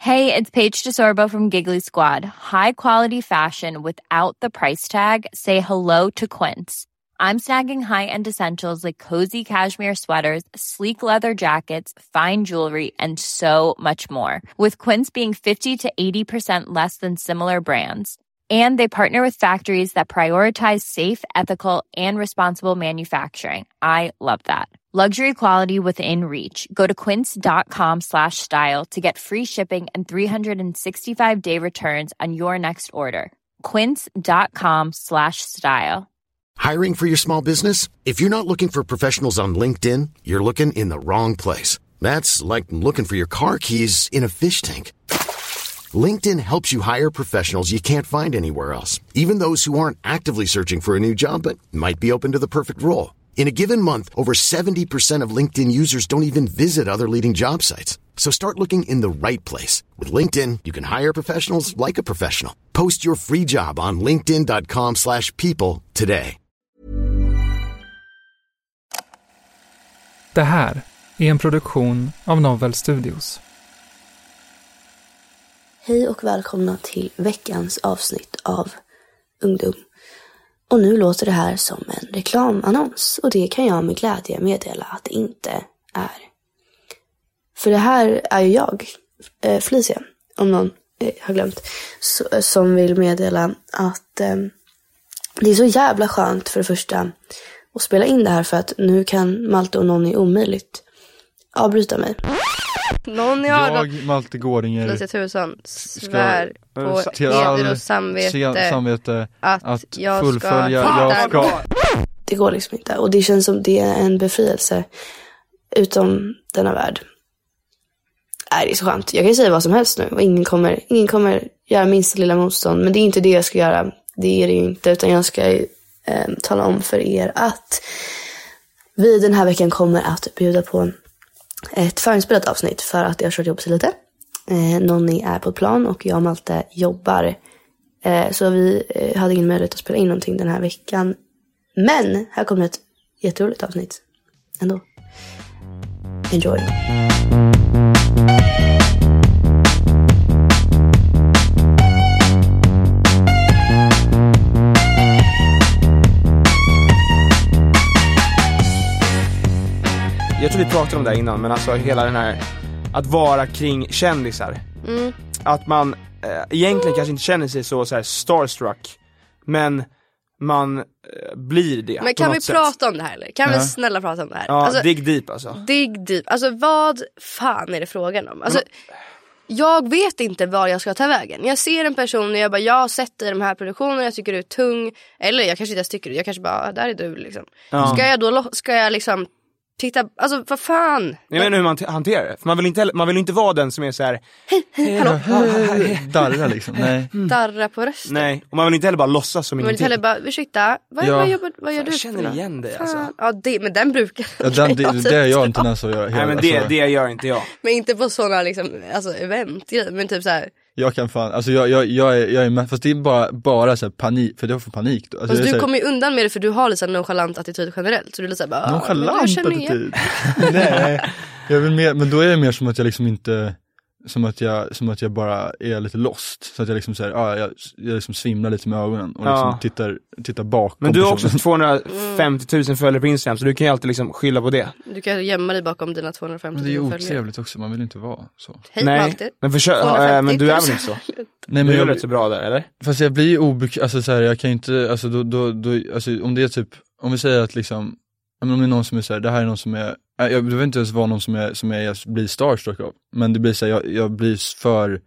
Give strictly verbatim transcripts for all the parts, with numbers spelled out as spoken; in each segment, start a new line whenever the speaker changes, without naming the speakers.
Hey, it's Paige DeSorbo from Giggly Squad. High quality fashion without the price tag. Say hello to Quince. I'm snagging high-end essentials like cozy cashmere sweaters, sleek leather jackets, fine jewelry, and so much more. With Quince being fifty to eighty percent less than similar brands. And they partner with factories that prioritize safe, ethical, and responsible manufacturing. I love that. Luxury quality within reach. Go to quince.com slash style to get free shipping and three sixty-five day returns on your next order. Quince.com slash style.
Hiring for your small business? If you're not looking for professionals on LinkedIn, you're looking in the wrong place. That's like looking for your car keys in a fish tank. LinkedIn helps you hire professionals you can't find anywhere else, even those who aren't actively searching for a new job but might be open to the perfect role. In a given month, over seventy percent of LinkedIn users don't even visit other leading job sites. So start looking in the right place. With LinkedIn, you can hire professionals like a professional. Post your free job on linkedin.com slash people today.
Det här är en produktion av Novel Studios.
Hej och välkomna till veckans avsnitt av Ungdom. Och nu låter det här som en reklamannons, och det kan jag med glädje meddela att det inte är. För det här är ju jag, eh, Felicia, om någon eh, har glömt, så, som vill meddela att eh, det är så jävla skönt för det första att spela in det här, för att nu kan Malte och Nonny omöjligt avbryta mig.
Någon jag,
jag Malte Gårdinger,
Lucia Turesson, svär på
till
heder och samvete,
samvete
att, att jag
fullfölja,
ska,
jag ska.
Det går liksom inte, och det känns som det är en befrielse utom denna värld. Nej, det är så skönt. Jag kan säga vad som helst nu och ingen kommer, ingen kommer göra minsta lilla motstånd, men det är inte det jag ska göra. Det är det ju inte, utan jag ska eh, tala om för er att vi den här veckan kommer att bjuda på ett förinspelat avsnitt för att jag har kört jobb sig lite. Eh, Nonny är på plan och jag och Malte jobbar. Eh, så vi eh, hade ingen möjlighet att spela in någonting den här veckan. Men här kommer ett jätteroligt avsnitt ändå. Enjoy.
Jag tror vi pratade om det innan, men alltså hela den här att vara kring kändisar.
Mm.
Att man eh, egentligen kanske inte känner sig så, så här starstruck, men man eh, blir det.
Men kan vi
sätt.
prata om det här eller? Kan
ja.
vi snälla prata om det här?
Ja,
alltså,
dig deep alltså.
Dig deep. Alltså vad fan är det frågan om? Alltså, men... jag vet inte var jag ska ta vägen. Jag ser en person och jag bara, jag har sett i de här produktionerna, jag tycker du är tung. Eller jag kanske inte ens tycker det, jag kanske bara, där är du liksom. Ja. Ska jag då, ska jag liksom titta, alltså vad fan.
Jag menar hur man t- hanterar det. För man vill inte man vill inte vara den som är så här
hallå,
darra liksom. Nej.
Mm. Darra på rösten.
Nej, och man vill inte heller bara låtsas som
ingenting. Man vill inte heller bara, ursäkta, vad,
ja.
vad, jobbar, vad gör
fan,
du?
Jag känner igen dig alltså.
Ja, det, men den brukar
ja, den, det, det är jag inte ens att göra.
Nej, men det,
alltså.
det gör inte jag.
Men inte på sådana liksom, alltså event, men typ så här.
Jag kan fan, alltså jag, jag, jag, är, jag är med, fast det är bara, bara så här panik, för det var för panik då. Alltså
fast du
här,
kommer ju undan med det för du har lite nonchalant attityd generellt. Så du är lite såhär bara,
nonchalant attityd? Nej, jag vill mer, men då är det mer som att jag liksom inte, som att jag, som att jag bara är lite lost. Så att jag liksom säger, ah, jag, jag liksom svimlar lite med ögonen och liksom ja. tittar, tittar bakom.
Men du har
personen.
också tvåhundrafemtio tusen följare på Instagram, så du kan ju alltid liksom skylla på det.
Du kan gömma dig bakom dina tvåhundrafemtio tusen följare.
Men det är otrevligt också, man vill inte vara så.
Hej,
nej,
Malte.
men, försök, äh, men du är väl inte så? Nej, men du är rätt så bra där, eller?
Fast jag blir obekväm, alltså så här, jag kan ju inte, alltså då, då, då alltså om det är typ, om vi säger att liksom, om det är någon som är så här, det här är någon som är, jag vet inte ens vara någon som är, som är, jag blir starstruck av, men det blir så här, jag, jag blir för,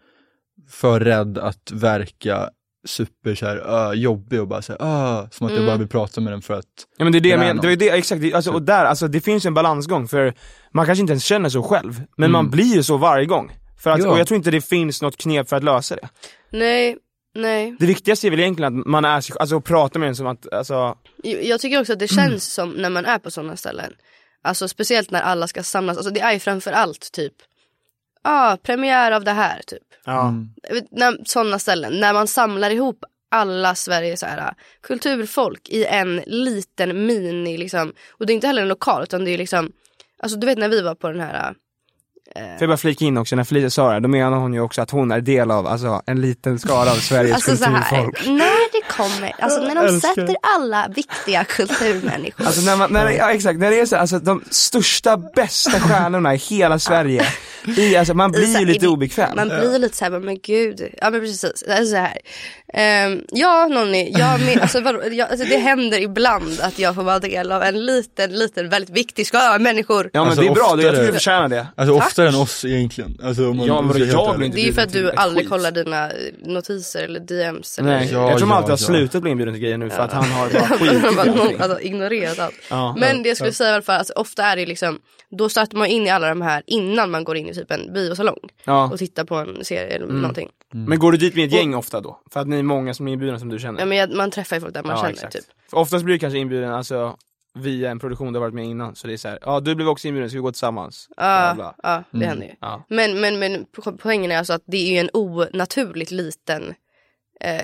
för rädd att verka super så här, uh, jobbig och bara så här, uh, som att mm. jag bara vill prata med den för att.
Ja, men det är det jag menar, det är det exakt, alltså, och där, alltså det finns en balansgång, för man kanske inte ens känner så själv, men mm. man blir ju så varje gång. För att, ja. Och jag tror inte det finns något knep för att lösa det.
Nej, nej.
Det viktigaste är väl egentligen att man är, alltså att prata med den som att, alltså.
Jag tycker också att det känns mm. som när man är på sådana ställen. Alltså speciellt när alla ska samlas, alltså det är ju framförallt typ, ja, ah, premiär av det här typ.
Ja.
Mm. När, sådana ställen, när man samlar ihop alla Sveriges så här, kulturfolk i en liten mini liksom, och det är inte heller en lokal utan det är liksom, alltså du vet när vi var på den här
Får jag bara flika in också, när Felicia sa det, då menar hon ju också att hon är del av alltså, en liten skala av Sveriges
alltså,
kulturfolk.
Så här, när det kommer, alltså när de sätter alla viktiga kulturmänniskor.
Alltså när man, när, ja exakt, när det är så, alltså de största, bästa stjärnorna i hela Sverige, i, alltså man blir ju lite obekväm.
Man blir lite så här, men gud, ja men precis, det är så här. Um, ja, Nonni, jag med, alltså, vad, jag, alltså det händer ibland att jag får vara del av en liten, liten, väldigt viktig skala av människor.
Ja men
alltså,
det är bra,
oftare,
jag tror du förtjänar det.
Alltså oftare än oss egentligen. Alltså, man,
ja, men jag
det är ju för att du aldrig
skit.
kollar dina notiser eller D Ms. Eller
Nej,
ja,
jag tror
ja,
alltid har
ja.
slutat bli inbjuden till grejer nu för
ja.
att han har bara skit.
alltså, ignorerat allt.
Ja,
men
ja,
det jag skulle
ja.
säga i alla fall, alltså, ofta är det liksom, då startar man in i alla de här innan man går in i typ en biosalong
Ja.
och tittar på en serie eller
Mm.
någonting.
Mm. Men går du dit med ett gäng ofta då? För att ni är många som är inbjudna som du känner?
Ja, men jag, man träffar ju folk där man
ja,
känner
exakt.
typ.
För oftast blir du kanske inbjuden alltså via en produktion du har varit med innan. Så det är så här, ja du blev också inbjuden, ska vi gå tillsammans?
Ja,
Bla, bla.
ja det
Mm.
händer ju.
Ja.
Men, men, men poängen är alltså att det är ju en onaturligt liten eh,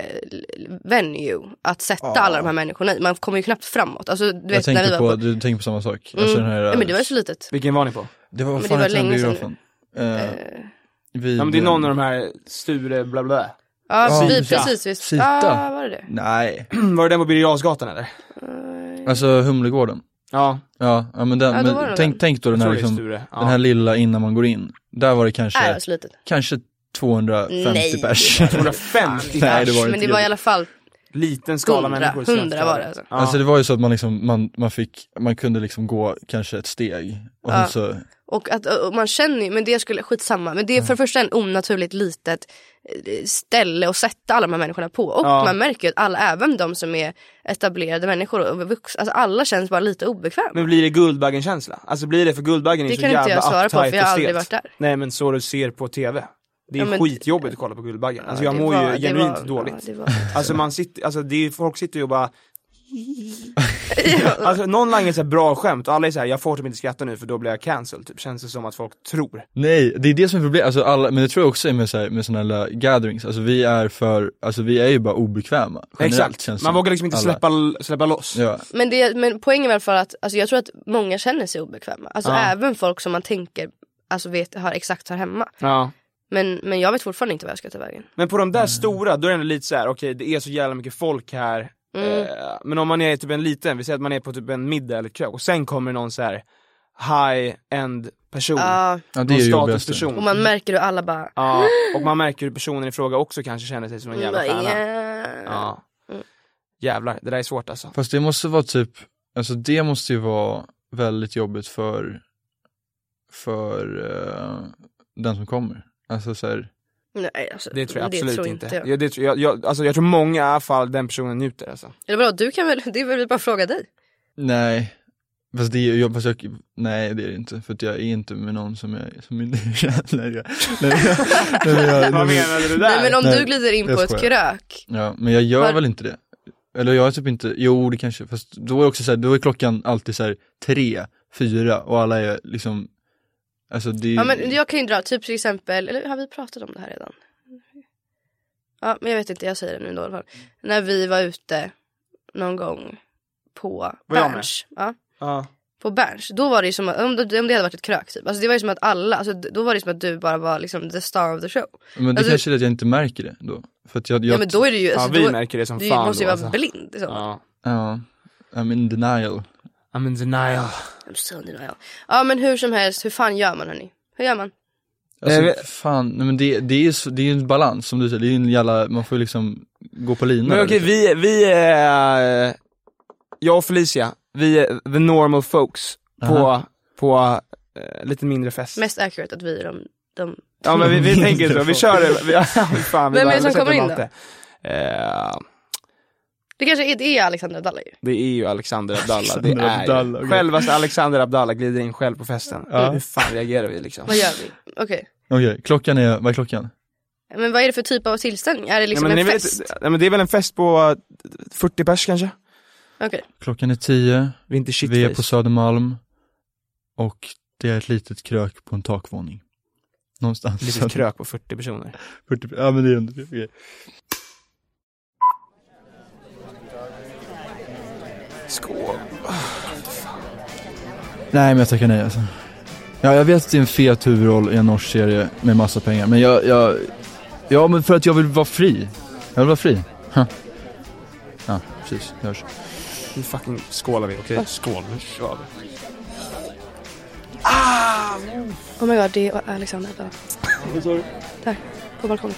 venue att sätta
Ja.
alla de här människorna i. Man kommer ju knappt framåt. Alltså, du
Jag
vet, när vi
tänker
var
på,
på...
du tänker på samma sak.
Mm.
Alltså den här,
Ja, men det var ju så litet.
Vilken var ni på?
det var
men
fan
det var
inte den
länge sedan
biografen. Eh,
Eh,
vid,
Ja men det är någon av de här Sture bla bla.
ja,
Ja,
vi,
Sita.
precis. Visst.
Sita.
Ja, var det det?
Nej,
Var det den på Birger Jarlsgatan eller?
Eh,
alltså Humlegården.
Ja.
Ja, ja men, den,
Ja, då var
men
det
tänk,
den.
tänk då den
Jag
här,
tror det är
liksom,
Sture. Ja.
den här lilla innan man går in. Där var det kanske,
Nej, det var så litet.
kanske tvåhundrafemtio
Nej,
pers.
tvåhundrafemtio
Nej, det var det
Men
inte.
det var i alla fall
liten skala
hundra,
människor. som
hundra
jag
var det
förstår.
alltså.
Ja.
Alltså det var ju så att man liksom, man, man fick, man kunde liksom gå kanske ett steg. Och
Ja.
så,
Och att och man känner ju, men det skulle, skitsamma. Men det är för det första en onaturligt litet eh, ställe att sätta alla de här människorna på. Och
Ja.
man märker ju att alla, även de som är etablerade människor och vuxna, alltså alla känns bara lite obekväma.
Men blir det Guldbaggen-känsla? Alltså blir det, för Guldbaggen är
Det
så
kan inte
jävla
jag svara på, för
uptight
jag har
och
aldrig
stelt.
varit där.
Nej men så du ser på tv. Det är
Ja, men-
skitjobbigt att kolla på Guldbaggen. Alltså
Ja,
jag
det
mår
var-
ju
det
genuint
var-
dåligt.
ja, det var-
Alltså man sitter, alltså det är, folk sitter ju och bara alltså någon langar så här bra skämt och alla är så här, jag får typ inte skratta nu för då blir jag cancelled typ. Känns det som att folk tror.
nej, det är det som är problemet. Alltså alla, men det tror jag också är med, så här, med såna här gatherings. Alltså vi är för, alltså vi är ju bara obekväma. Generellt,
Exakt,
känns
man
som
vågar liksom inte
alla.
släppa, släppa loss.
Ja.
Men, det, men poängen är i alla fall att alltså jag tror att många känner sig obekväma. Alltså
Ja.
även folk som man tänker alltså vet, har exakt här hemma.
Ja.
Men, men jag vet fortfarande inte vad jag ska ta vägen.
Men på de där stora, då är det ändå lite så här: okej det är så jävla mycket folk här.
Mm.
Eh, men om man är typ en liten, vi säger att man är på typ en middag eller ett kök och sen kommer någon så här high-end person.
Ja,
Ja, det är
någon
ju jobbigast.
statusperson.
och man märker hur alla bara...
Ja, och man märker hur personen i fråga också kanske känner sig som en jävla
Mm,
stjärna.
ja.
Ja.
Mm.
Jävlar, det där är svårt alltså.
Fast det måste vara typ, alltså det måste ju vara väldigt jobbigt för, för uh, den som kommer. Alltså så här,
Nej, alltså,
Det tror jag absolut
tror
inte.
jag.
Ja, det tror jag, jag, alltså, jag tror många i alla fall den personen njuter alltså.
Eller vadå, du kan väl, det är väl bara fråga dig.
nej. Fast det är, jag, fast jag, nej det är det inte, för att jag är inte med någon som jag, som inte känner. Jag, nej, jag, nej, jag,
Vad menade du där?
Nej, men om
Nej,
du glider in
jag
på ett
skojar.
krök.
Ja, men jag gör
Var-
väl inte det. Eller jag är typ inte, jo det kanske, fast då är också så här, då är klockan alltid så här tre, fyra och alla är liksom, alltså det är,
Ja, men jag kan ju dra, typ till exempel, eller har vi pratat om det här redan? Ja, men jag vet inte, jag säger det nu då i alla fall. När vi var ute någon gång på
Var jag med?
Berns. Ja.
Ja.
På Berns, då var det ju som att, om det, om det hade varit ett krök typ. Alltså det var ju som att alla, alltså då var det som att du bara var liksom the star of the show.
men det
alltså-
kanske är att jag inte märker det då. För att jag, jag
Ja, men då är det ju,
Ja,
alltså,
vi
då,
märker det som
du
fan
måste ju
då,
vara
alltså.
blind i så fall.
Ja.
ja, I'm in denial.
I'm in denial.
I'm so in denial. Ja, men hur som helst, hur fan gör man hörni? Hur gör man?
Alltså,
Eh, vi-
fan, nej, men det, det är ju så- det är ju en balans som du säger, det är ju en jävla, man får ju liksom gå på linan.
Men okej, vi, vi är, jag och Felicia, vi är the normal folks på,
Aha.
på uh, lite mindre fest.
Mest accurate att vi är de, de
Ja men vi, vi tänker så, vi kör det. Vi, fan, vi
Vem är
bara-
det som
vi sätter
kommer in
Malte. Eh,
Det kanske är, det är Alexander Abdallah ju.
det är ju Alexander Abdallah, det
Alexander
är
Abdallah,
ju.
okej.
Självaste Alexander Abdallah glider in själv på festen.
Ja.
Hur fan reagerar vi liksom?
Vad gör vi? Okej.
Okej, klockan är, vad är klockan?
Men vad är det för typ av tillställning? Är det liksom
Ja, men
en
ni vet-
fest?
ja, men det är väl en fest på fyrtio pers kanske?
Okej.
Klockan är tio,
Vi är inte
vi är på
shitface.
Södermalm och det är ett litet krök på en takvåning. Någonstans.
Litet krök på fyrtio personer.
fyrtio, ja men det är ändå det. Okej.
Skål.
Nej men jag tackar nej alltså. Ja, jag vet att det är en fet huvudroll i en norsk serie med massa pengar. Men jag, jag... Ja, men för att jag vill vara fri. Jag vill vara fri. Huh. Ja, precis. Hörs.
Nu fucking skålar vi, okej? Okay? Skål, nu kör vi. Ah!
Oh my god, det är Alexander där.
Vad sa du?
Där, på balkongen.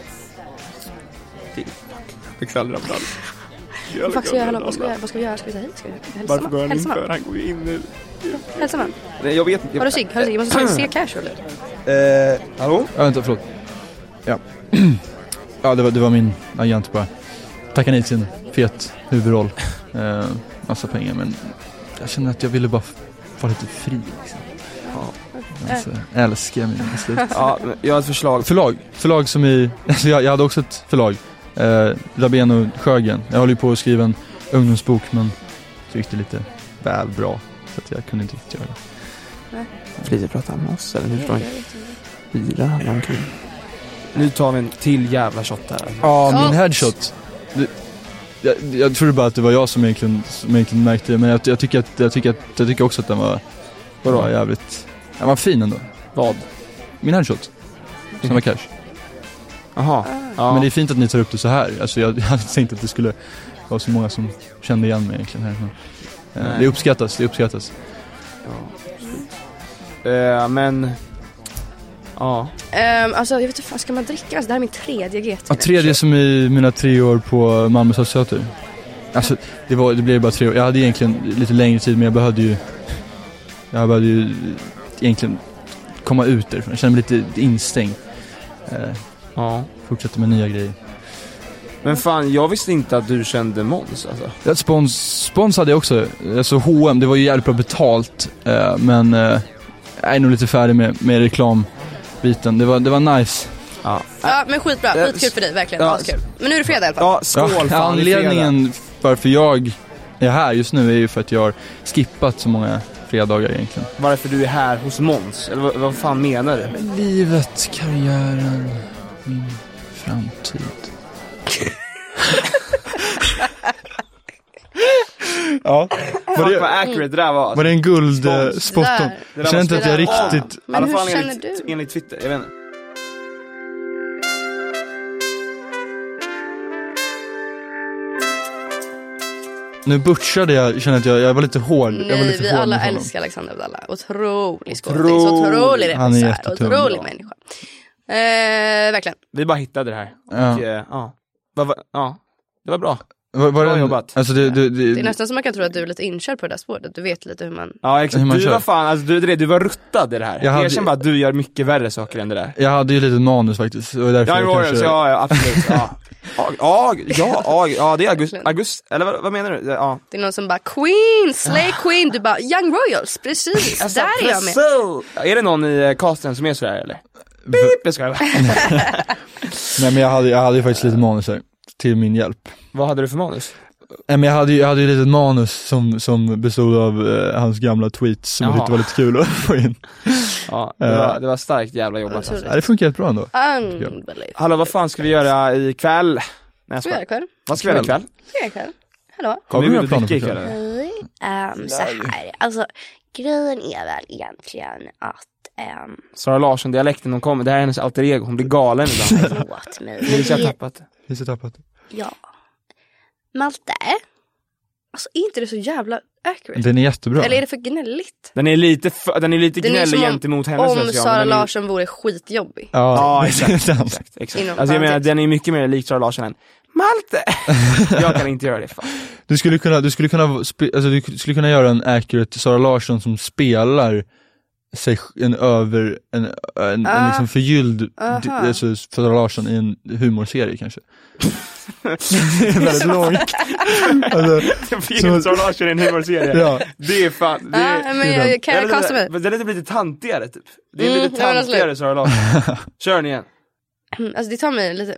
Det kvällar på
Vad fuck ska vi göra? Vad ska vi göra? Vad ska vi göra? Ska vi säga hej? Ska vi hälsa?
Varför går han in för? Han går in nu.
Hälsa man.
Nej, jag vet inte.
Har du sig? Har du sig? Jag måste se casual ut.
Eh, hallå?
Ja, vänta, förlåt. Ja. Ja, det var, det var min agent bara. Tacka nej till en fet huvudroll. Eh, massa pengar, men jag känner att jag ville bara vara lite fri liksom. Ja. Alltså, jag älskar mig i slut.
Ja, jag har ett förslag.
Förlag. Förlag som i... Alltså jag, jag hade också ett förlag. Eh, Rabén och Sjögren. Jag håller ju på att skriva en ungdomsbok, men tyckte lite väl bra. Så att jag kunde inte riktigt göra det.
Nej.
Flitigt prata om oss, eller hur förstår ni? Fyra, omkring. Nu tar vi en till jävla shot här.
Ja, min headshot. Det, jag, jag trodde bara att det var jag som egentligen, som egentligen märkte det. Men jag, jag, tycker att, jag, tycker att, jag tycker också att den var, var jävligt... Den var fin ändå.
Vad?
Min headshot. Som var cash.
Jaha. Ja.
Men det är fint att ni tar upp det så här. Alltså jag, jag hade tänkt att det skulle vara så många som kände igen mig egentligen här. Men, eh, det uppskattas, det uppskattas.
Ja. Uh, men... Ja.
Um, alltså, jag vet inte, fan ska man dricka? Alltså, det här är min tredje G T.
Ja, tredje som i mina tre år på Malmö Stadsteater. Alltså, det, var, det blev bara tre år. Jag hade egentligen lite längre tid, men jag behövde ju... Jag behövde ju egentligen komma ut därifrån. Jag kände mig lite instängd. Uh,
ja.
Fortsätta med nya grejer.
Men fan, jag visste inte att du kände Måns alltså.
Ja, spons, spons hade jag också. Alltså H och M, det var ju jävligt bra betalt. Uh, men uh, jag är nog lite färdig med, med reklambiten. Det var, det var nice.
Ja. Ja, men skitbra. Skitkul för dig, verkligen. Ja. Kul. Men nu är det fredag i alla fall.
Ja, skål
ja,
fan.
Anledningen varför jag är här just nu är ju för att jag har skippat så många fredagar egentligen.
Varför du är här hos Måns? Eller vad, vad fan menar du?
Men livet, karriären, min framtid. Ja.
Var det, vad accurate det där var.
Var det en guld uh, spotton? Jag känner inte att jag riktigt...
Men
alla
hur
fall
känner
enligt,
du?
enligt Twitter, jag vet inte.
Nu butchade jag, känner att jag, jag var lite hård.
Nej,
jag var lite
vi
hård
alla älskar Alexander Abdallah. Otrolig skådespelare, otrolig regissör, otrolig människa. Eh, verkligen.
Vi bara hittade det här.
Ja.
Och, eh, ja. Va, va, ja. Det var bra.
Var, var
bra
det,
jobbat.
Alltså det, det, det,
det är nästan som man kan tro att du är lite inkörd på det där spåret. Du vet lite hur man...
Ja, exakt.
Hur man
Du
kör.
var fan, alltså, du, du, du var ruttad i det här.
Jag
Jag,
hade-
jag känner bara att du gör mycket värre saker än det där.
jag hade ju lite manus faktiskt. Och därför
Ja,
jag
Royals,
kanske...
ja, ja, absolut. Ja, ja, ja, ja, ja, ja, det är August, August eller vad, vad menar du? Ja.
Det är någon som bara, Queen, Slay Queen. Du bara, Young Royals, precis.
Alltså,
där är jag med.
precis. Är det någon i eh, casten som är sådär eller? Beep, jag ska
Nej, men jag hade, jag hade ju faktiskt lite manus här till min hjälp.
Vad hade du för manus?
Nej, men jag hade ju, jag hade ju lite manus som, som bestod av eh, hans gamla tweets som jag
Jaha.
tyckte var lite kul att få in.
Ja, det var, det var starkt jävla jobbat alltså.
Ja, det funkar helt bra ändå.
Unbelievable.
Hallå, vad fan ska vi göra ikväll? Nej,
Ska vi göra ikväll?
vad ska vi göra ikväll?
Ska vi göra ikväll? Hallå?
Kommer
Har
vi
du
ut
några
och dricka
planer för
ikväll? eller?
Um, så här, alltså grejen är väl egentligen att um,
Sara Larsson-dialekten, hon kommer, det här är hennes alter ego, hon blir galen ibland.
förlåt mig.
Det är så jag
Men det-
tappat.
Vi ska tappa det.
Ja. Malte,
Alltså, är inte det så jävla accurate?
Den är jättebra.
Eller är det för gnälligt?
Den är lite, för, den är lite
Den är
gnällig
som om-
gentemot hennes
Om
version,
Sara
men den är-
Larsson vore skitjobbig.
Ja,
Ja,
det är
exakt,
sant.
exakt, exakt.
Inom
Alltså jag menar,
parentes.
den är mycket mer lik Sara Larsson än Malte. Jag kan inte göra det, fan.
Du skulle kunna, du skulle kunna, spe- alltså du skulle kunna göra en accurate Sara Larsson som spelar sig en över, en, en,
Ah.
en liksom förgylld
Aha.
d- alltså Sara Larsson i en humorserie kanske. Det är väldigt långt. Alltså,
Fel Sara Larsson i en humorserie.
ja.
Det är fan, det
Ja,
är...
men jag, kan jag
Eller
kasta mig?
det, det är lite, lite tantigare typ. Det är
Mm,
lite
ja, men
tantigare Sara Larsson. Kör den igen.
Alltså det tar mig lite...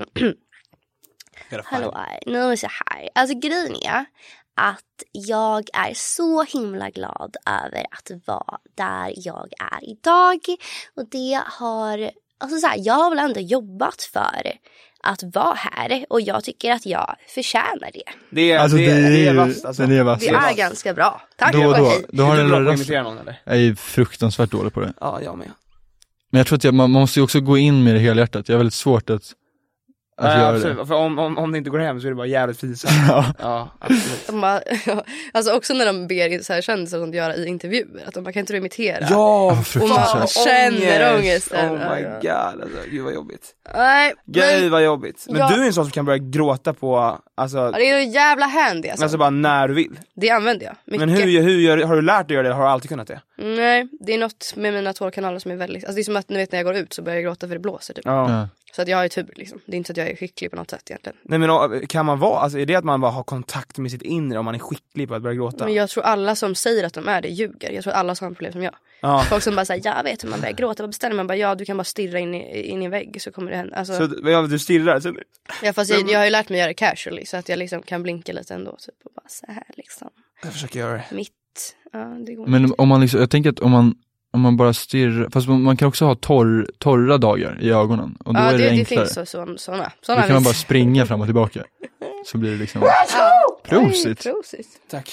hallå, nu är det så här. Alltså grejen är att jag är så himla glad över att vara där jag är idag. Och det har alltså så här, jag har väl ändå jobbat för att vara här och jag tycker att jag förtjänar det.
Det är,
alltså,
det,
det är,
det är vast, alltså.
det är, vast.
Det är ganska bra. Tack.
Då, då, då har
är du bra
en
på att
röst.
imitera någon eller?
Jag är fruktansvärt dålig på det.
Ja, jag med.
Men jag tror att jag, man, man måste ju också gå in med det hela hjärtat. Jag är väldigt svårt att, att
Nej,
göra
absolut.
det.
För om, om, om det inte går hem så är det bara jävligt fisa.
Ja.
Ja, absolut.
De bara, alltså också när de ber så här kändisar att göra i intervjuer. Att de bara, kan inte du imitera?
Ja,
och man känner ångesten.
Oh my god, alltså, gud vad jobbigt.
Nej,
Gud
men,
vad jobbigt. Men
ja.
du är en sån som kan börja gråta på, alltså,
ja, det är ju jävla handy alltså.
alltså bara när du vill.
Det använder jag mycket.
Men hur, hur gör, har du lärt dig att göra det? Har du alltid kunnat det?
Nej, det är något med mina tårkanaler som är väldigt, alltså det är som att ni vet när jag går ut så börjar jag gråta för det blåser typ.
Ja.
Ja.
Så att jag har ju tur liksom. Det är inte så att jag är skicklig på något sätt egentligen.
Nej men kan man vara, alltså är det att man bara har kontakt med sitt inre om man är skicklig på att börja gråta?
Men jag tror alla som säger att de är det ljuger. Jag tror att alla har samma problem som jag.
Ja.
Folk som bara säger, jag vet hur man börjar gråta. Vad beställer man? Bara, ja, du kan bara stirra in i, in i en vägg så kommer det hända. Alltså,
Så ja, du stirrar? Så...
ja, fast jag, jag har ju lärt mig att göra det casually. Så att jag liksom kan blinka lite ändå. Typ, och bara så här liksom.
Jag försöker göra det.
Mitt. Ja, det går
Men
inte.
om man liksom, jag tänker att om man om man bara stirrar, fast man, man kan också ha torr, torra dagar i ögonen och då
Ja,
är det,
det, det
enklare.
finns så, så, såna,
Då
såna
kan man
vis.
bara springa fram och tillbaka. Så blir det liksom
Ja.
prosit.
Oj, prosit.
Tack.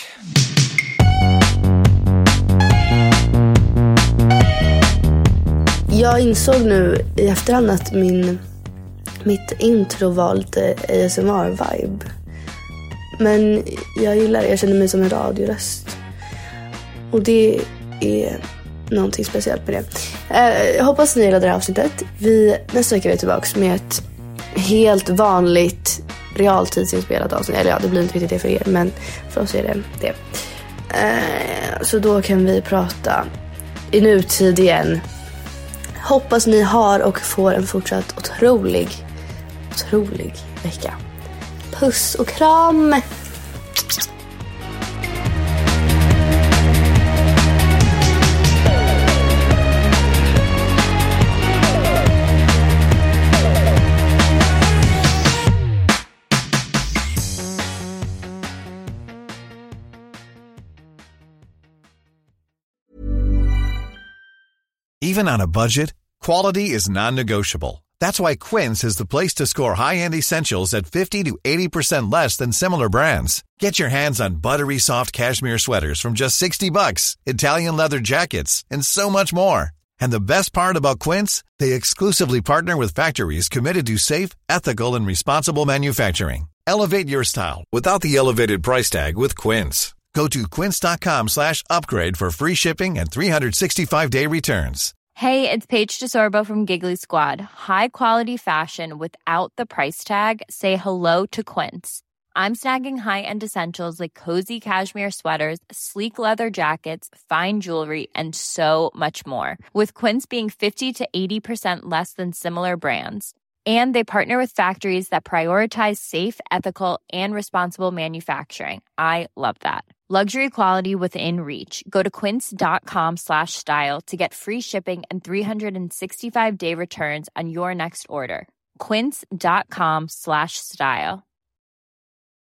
Jag insåg nu i efterhand att min, mitt intro var lite A S M R-vibe. Men jag gillar det. Jag känner mig som en radioröst. Och det är någonting speciellt med det. Eh, jag hoppas ni gillade det här avsnittet. Vi, nästa vecka är vi tillbaka med ett helt vanligt realtidsinspelat avsnitt. Eller ja, det blir inte riktigt det för er, men för oss är det det. Eh, så då kan vi prata i nutid igen. Hoppas ni har och får en fortsatt otrolig, otrolig vecka. Puss och kram!
Even on a budget, quality is non-negotiable. That's why Quince is the place to score high-end essentials at fifty to eighty percent less than similar brands. Get your hands on buttery soft cashmere sweaters from just sixty bucks, Italian leather jackets, and so much more. And the best part about Quince, they exclusively partner with factories committed to safe, ethical, and responsible manufacturing. Elevate your style without the elevated price tag with Quince. Go to quince.com slash upgrade for free shipping and three sixty-five day returns.
Hey, it's Paige DeSorbo from Giggly Squad. High quality fashion without the price tag. Say hello to Quince. I'm snagging high-end essentials like cozy cashmere sweaters, sleek leather jackets, fine jewelry, and so much more. With Quince being fifty to eighty percent less than similar brands. And they partner with factories that prioritize safe, ethical, and responsible manufacturing. I love that. Luxury quality within reach. Go to quince.com slash style to get free shipping and three sixty-five day returns on your next order. Quince.com slash style.